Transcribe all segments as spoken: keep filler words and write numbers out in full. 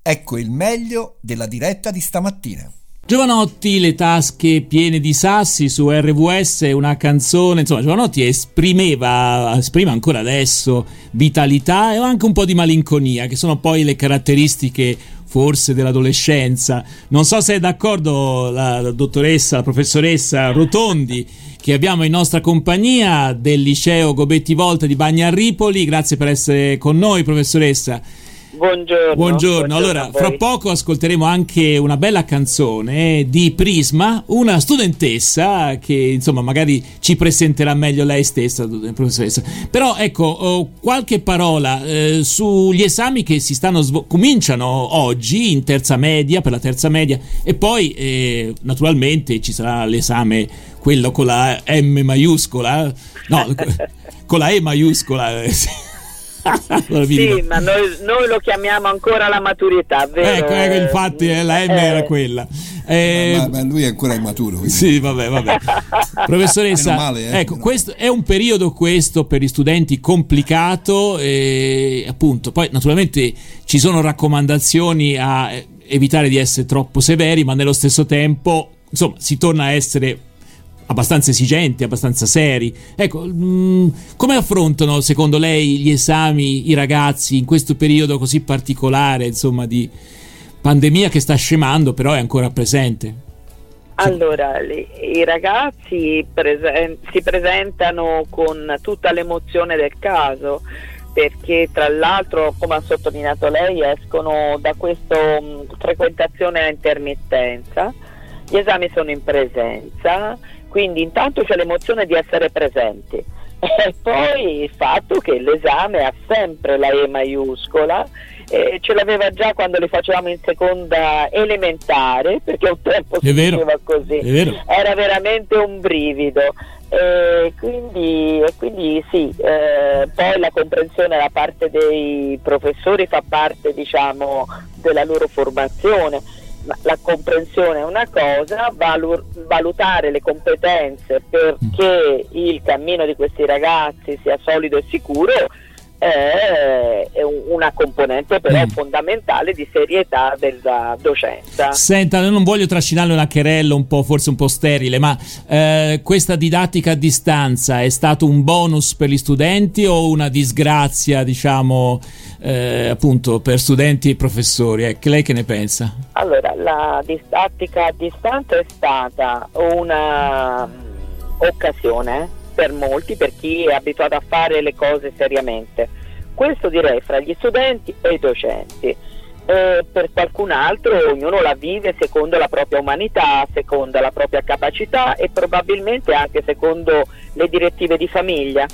Ecco il meglio della diretta di stamattina. Giovanotti, le tasche piene di sassi su R V S, una canzone, insomma Giovanotti esprimeva, esprime ancora adesso vitalità e anche un po' di malinconia, che sono poi le caratteristiche forse dell'adolescenza. Non so se è d'accordo la, la dottoressa, la professoressa Rotondi, che abbiamo in nostra compagnia, del liceo Gobetti Volta di Bagna Ripoli. Grazie per essere con noi, professoressa. Buongiorno. Buongiorno. Allora, fra poco ascolteremo anche una bella canzone di Prisma, una studentessa che insomma magari ci presenterà meglio lei stessa, professoressa. Però ecco, oh, qualche parola eh, sugli esami che si stanno svo- cominciano oggi in terza media, per la terza media, e poi eh, naturalmente ci sarà l'esame, quello con la M maiuscola, no, con la E maiuscola. Sì, ma noi, noi lo chiamiamo ancora la maturità, vero? Ecco, ecco, infatti eh, la M eh. era quella. Eh, ma, ma lui è ancora immaturo. Quindi. Sì, vabbè, vabbè. Professoressa, male, eh, ecco, questo è un periodo, questo per gli studenti complicato, e appunto, poi naturalmente ci sono raccomandazioni a evitare di essere troppo severi, ma nello stesso tempo, insomma, si torna a essere abbastanza esigenti, abbastanza seri. Ecco, mh, come affrontano secondo lei gli esami i ragazzi in questo periodo così particolare, insomma, di pandemia che sta scemando, però è ancora presente? Allora, li, i ragazzi presen- si presentano con tutta l'emozione del caso, perché tra l'altro, come ha sottolineato lei, escono da questa frequentazione a intermittenza. Gli esami sono in presenza, quindi intanto c'è l'emozione di essere presenti e poi il fatto che l'esame ha sempre la E maiuscola, eh, ce l'aveva già quando li facevamo in seconda elementare, perché un tempo si diceva così, era veramente un brivido. E quindi, e quindi sì, eh, poi la comprensione da parte dei professori fa parte, diciamo, della loro formazione. Ma la comprensione è una cosa, valu- valutare le competenze perché il cammino di questi ragazzi sia solido e sicuro è, è una componente però mm. fondamentale di serietà della docenza. Senta, io non voglio trascinarle una querella un po', forse un po' sterile, ma eh, questa didattica a distanza è stato un bonus per gli studenti o una disgrazia, diciamo, eh, appunto per studenti e professori? Eh, lei che ne pensa? Allora, la didattica a distanza è stata una occasione per molti, per chi è abituato a fare le cose seriamente. Questo direi fra gli studenti e i docenti. Eh, per qualcun altro ognuno la vive secondo la propria umanità, secondo la propria capacità e probabilmente anche secondo le direttive di famiglia.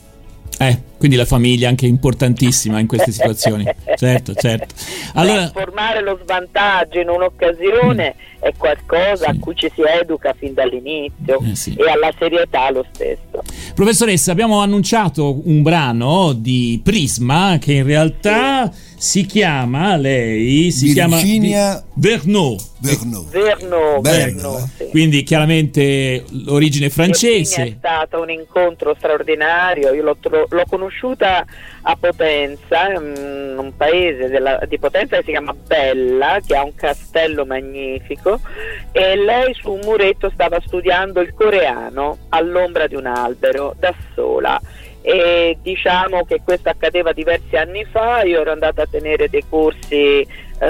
Eh, quindi la famiglia è anche importantissima in queste situazioni. Certo, certo. Allora, trasformare lo svantaggio in un'occasione mm. è qualcosa sì. a cui ci si educa fin dall'inizio eh, sì. e alla serietà lo stesso. Professoressa, abbiamo annunciato un brano di Prisma che in realtà sì. si chiama, lei si Virginia chiama Verneau. Verneau. Verneau, Verneau sì. Quindi chiaramente l'origine francese. Virginia è stato un incontro straordinario, io l'ho, tro- l'ho conosciuta a Potenza, un paese della, di Potenza che si chiama Bella, che ha un castello magnifico, e lei su un muretto stava studiando il coreano all'ombra di un albero da sola. E diciamo che questo accadeva diversi anni fa. Io ero andata a tenere dei corsi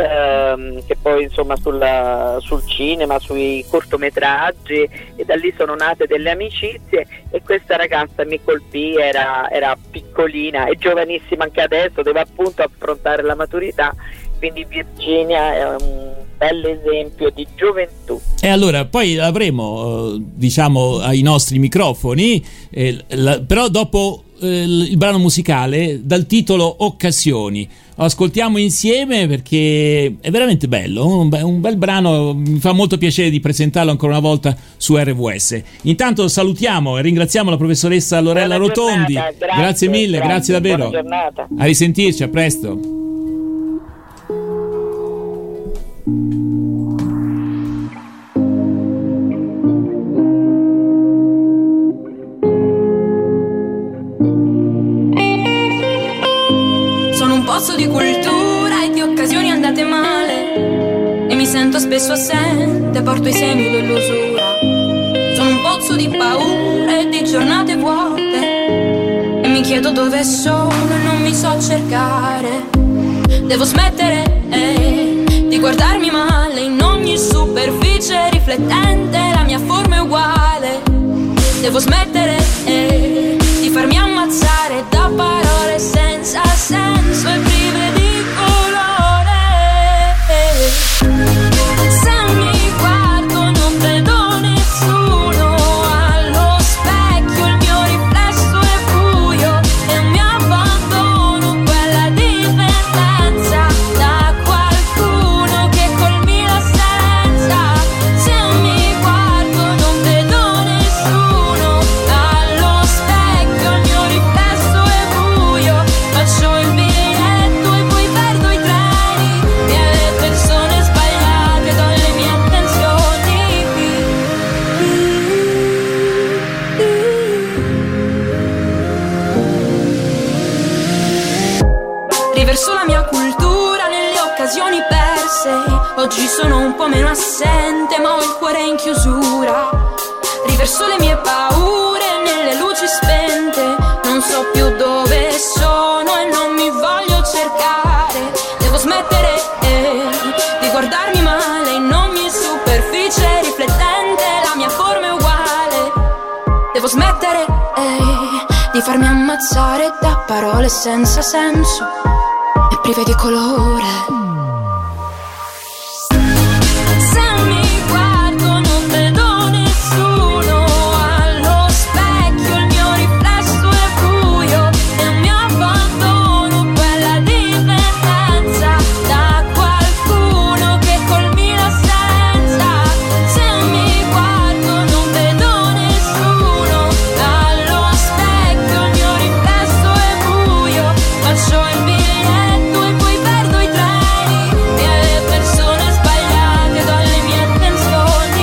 ehm, che poi insomma sulla, sul cinema, sui cortometraggi, e da lì sono nate delle amicizie e questa ragazza mi colpì, era, era piccolina e giovanissima anche adesso, deve appunto affrontare la maturità, quindi Virginia è un bel esempio di gioventù. E allora poi avremo diciamo ai nostri microfoni eh, la, però dopo eh, il brano musicale dal titolo Occasioni. Lo ascoltiamo insieme perché è veramente bello, un, be- un bel brano, mi fa molto piacere di presentarlo ancora una volta su R V S. Intanto salutiamo e ringraziamo la professoressa Lorella Buona Rotondi. Grazie, grazie mille, grazie, grazie davvero. Buona giornata. A risentirci, a presto. Sono un pozzo di cultura e di occasioni andate male. sento spesso assente, porto i segni dell'usura. Sono un pozzo di paure e di giornate vuote, e mi chiedo dove sono e non mi so cercare. Devo smettere eh, di guardarmi male in ogni superficie riflettente, la mia forma è uguale. Devo smettere eh, di farmi ammazzare da parole senza senso e prive di colore. Se mi guardo non vedo nessuno, allo specchio il mio riflesso è buio e mi abbandono quella dipendenza da qualcuno che colmi l'assenza. Se mi guardo non vedo nessuno, allo specchio il mio riflesso è buio, faccio il biglietto e poi perdo i treni e le persone sbagliate do le mie intenzioni. Riverso la mia cultura nelle occasioni perse, oggi sono un po' meno assente ma ho il cuore in chiusura. Riverso le mie paure nelle luci spente, non so più dove sono e non mi voglio cercare. Devo smettere eh, di guardarmi male in ogni superficie riflettente, la mia forma è uguale. Devo smettere eh, di farmi ammazzare da parole senza senso e prive di colore. Se mi guardo non vedo nessuno, allo specchio il mio riflesso è buio e mi abbandono quella dipendenza da qualcuno che colmi l'assenza. Se mi guardo non vedo nessuno, allo specchio il mio riflesso è buio, faccio il biglietto e poi perdo i treni e alle persone sbagliate do le mie intenzioni.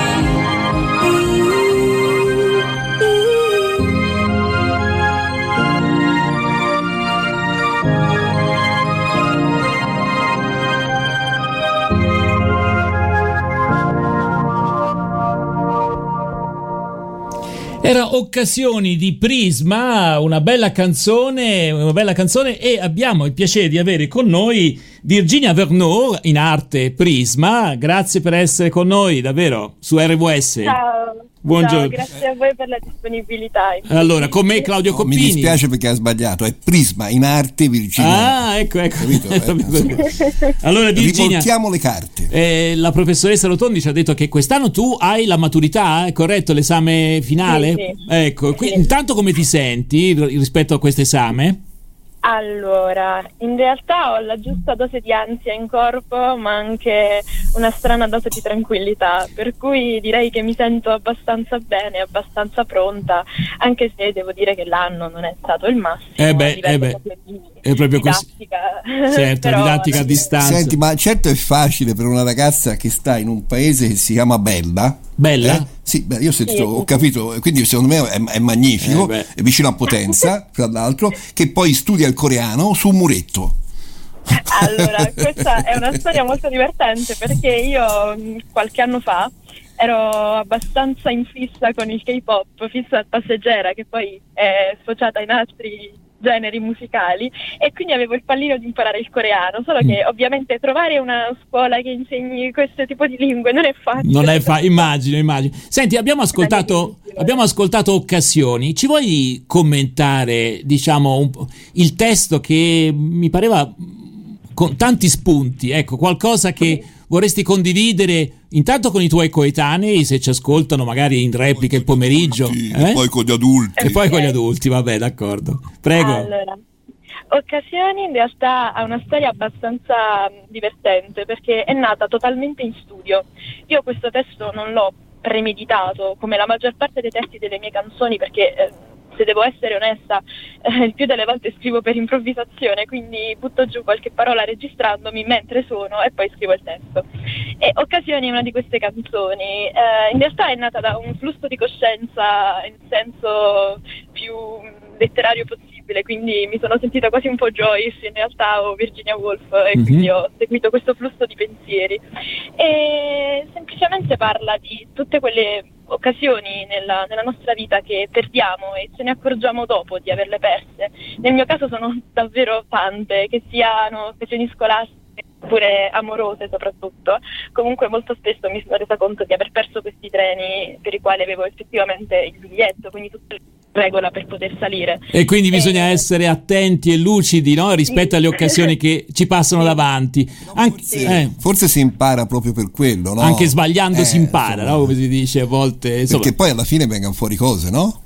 Era Occasioni di Prisma, una bella canzone, una bella canzone e abbiamo il piacere di avere con noi Virginia Verneau, in arte Prisma. Grazie per essere con noi, davvero, su R W S. Ciao. Buongiorno. Ciao, grazie a voi per la disponibilità. Allora, con me Claudio No, Coppini. mi dispiace perché ha sbagliato, è Prisma in arte Virginia. Ah, ecco, ecco. Capito? Eh, insomma. Allora, Virginia, rivoltiamo le carte. eh, la professoressa Rotondi ci ha detto che quest'anno tu hai la maturità, è corretto, l'esame finale? Sì, sì. Ecco, qui, Sì. intanto come ti senti rispetto a questo esame? Allora, in realtà ho la giusta dose di ansia in corpo, ma anche una strana dose di tranquillità, per cui direi che mi sento abbastanza bene, abbastanza pronta, anche se devo dire che l'anno non è stato il massimo. Eh beh, a livello eh beh, proprio di è proprio così. didattica. Certo, Però- didattica a distanza. Senti, ma certo è facile per una ragazza che sta in un paese che si chiama Bella. Bella? Eh? Sì, beh, io ho sentito, Sì. ho capito, quindi secondo me è, è magnifico, Eh, beh. è vicino a Potenza, tra l'altro, che poi studia il coreano su un muretto. Allora, questa è una storia molto divertente perché io mh, qualche anno fa ero abbastanza in fissa con il K-pop, fissa passeggera che poi è sfociata in altri generi musicali, e quindi avevo il pallino di imparare il coreano, solo che ovviamente trovare una scuola che insegni questo tipo di lingue non è facile. Non è fa- immagino, immagino. Senti, abbiamo ascoltato, abbiamo ascoltato Occasioni. Ci vuoi commentare, diciamo, un po' il testo che mi pareva con tanti spunti, ecco, qualcosa che vorresti condividere intanto con i tuoi coetanei, se ci ascoltano magari in replica il pomeriggio, Sì, eh? e poi con gli adulti. E poi con gli adulti, vabbè, d'accordo. Prego. Allora, Occasioni in realtà ha una storia abbastanza mh, divertente perché è nata totalmente in studio. Io questo testo non l'ho premeditato come la maggior parte dei testi delle mie canzoni perché eh, se devo essere onesta eh, il più delle volte scrivo per improvvisazione, quindi butto giù qualche parola registrandomi mentre suono e poi scrivo il testo. E Occasioni è una di queste canzoni, eh, in realtà è nata da un flusso di coscienza in senso più letterario possibile, possibile, quindi mi sono sentita quasi un po' Joyce in realtà o Virginia Woolf e Mhm. quindi ho seguito questo flusso di pensieri e semplicemente parla di tutte quelle occasioni nella, nella nostra vita che perdiamo e ce ne accorgiamo dopo di averle perse. Nel mio caso sono davvero tante, che siano occasioni scolastiche oppure amorose soprattutto. Comunque molto spesso mi sono resa conto di aver perso questi treni per i quali avevo effettivamente il biglietto, quindi tutta la regola per poter salire. E quindi bisogna Eh, essere attenti e lucidi, no? Rispetto sì. alle occasioni che ci passano davanti. Anche, Forse, eh, forse si impara proprio per quello, no? anche sbagliando Eh, si impara, insomma, no? Come si dice a volte. Insomma. Perché poi alla fine vengono fuori cose, no?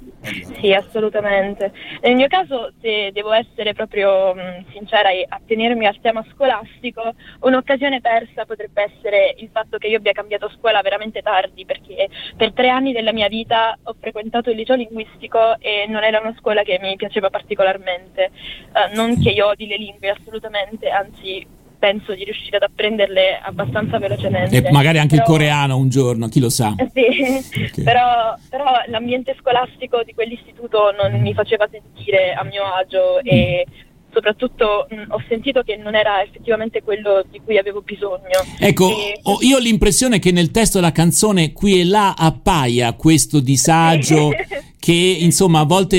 Sì, assolutamente. Nel mio caso, se devo essere proprio mh, sincera e attenermi al tema scolastico, un'occasione persa potrebbe essere il fatto che io abbia cambiato scuola veramente tardi, perché per tre anni della mia vita ho frequentato il liceo linguistico e non era una scuola che mi piaceva particolarmente. Eh, non che io odi le lingue, assolutamente, anzi penso di riuscire ad apprenderle abbastanza velocemente. E magari anche il Però- coreano un giorno, chi lo sa. Eh, Sì, Ok. però, però l'ambiente scolastico di quell'istituto non mi faceva sentire a mio agio e soprattutto mh, ho sentito che non era effettivamente quello di cui avevo bisogno. Ecco, E- ho- io ho l'impressione che nel testo della canzone qui e là appaia questo disagio che insomma a volte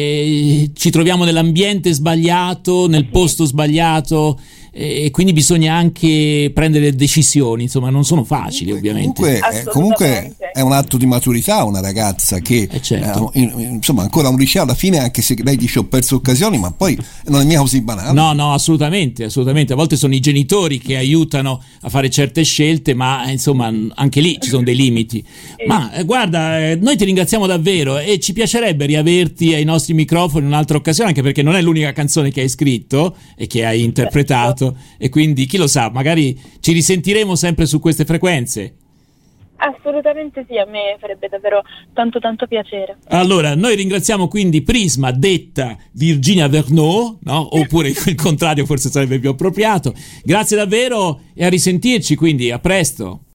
eh, ci troviamo nell'ambiente sbagliato, nel posto sbagliato eh, e quindi bisogna anche prendere decisioni, insomma non sono facili ovviamente. Comunque, eh, Assolutamente. comunque è un atto di maturità una ragazza che Eh, certo. eh, in- insomma ancora un liceo alla fine, anche se lei dice ho perso occasioni, ma poi non è mica così banale. No, no, assolutamente, assolutamente. A volte sono i genitori che aiutano a fare certe scelte, ma eh, insomma anche lì ci sono dei limiti. Ma eh, guarda, eh, noi ti ringraziamo davvero e ci piacerebbe riaverti ai nostri microfoni in un'altra occasione, anche perché non è l'unica canzone che hai scritto e che hai interpretato e quindi chi lo sa, magari ci risentiremo sempre su queste frequenze. Assolutamente sì, a me farebbe davvero tanto tanto piacere. Allora, noi ringraziamo quindi Prisma, detta Virginia Verneau, no? Oppure il contrario forse sarebbe più appropriato. Grazie davvero e a risentirci, quindi a presto.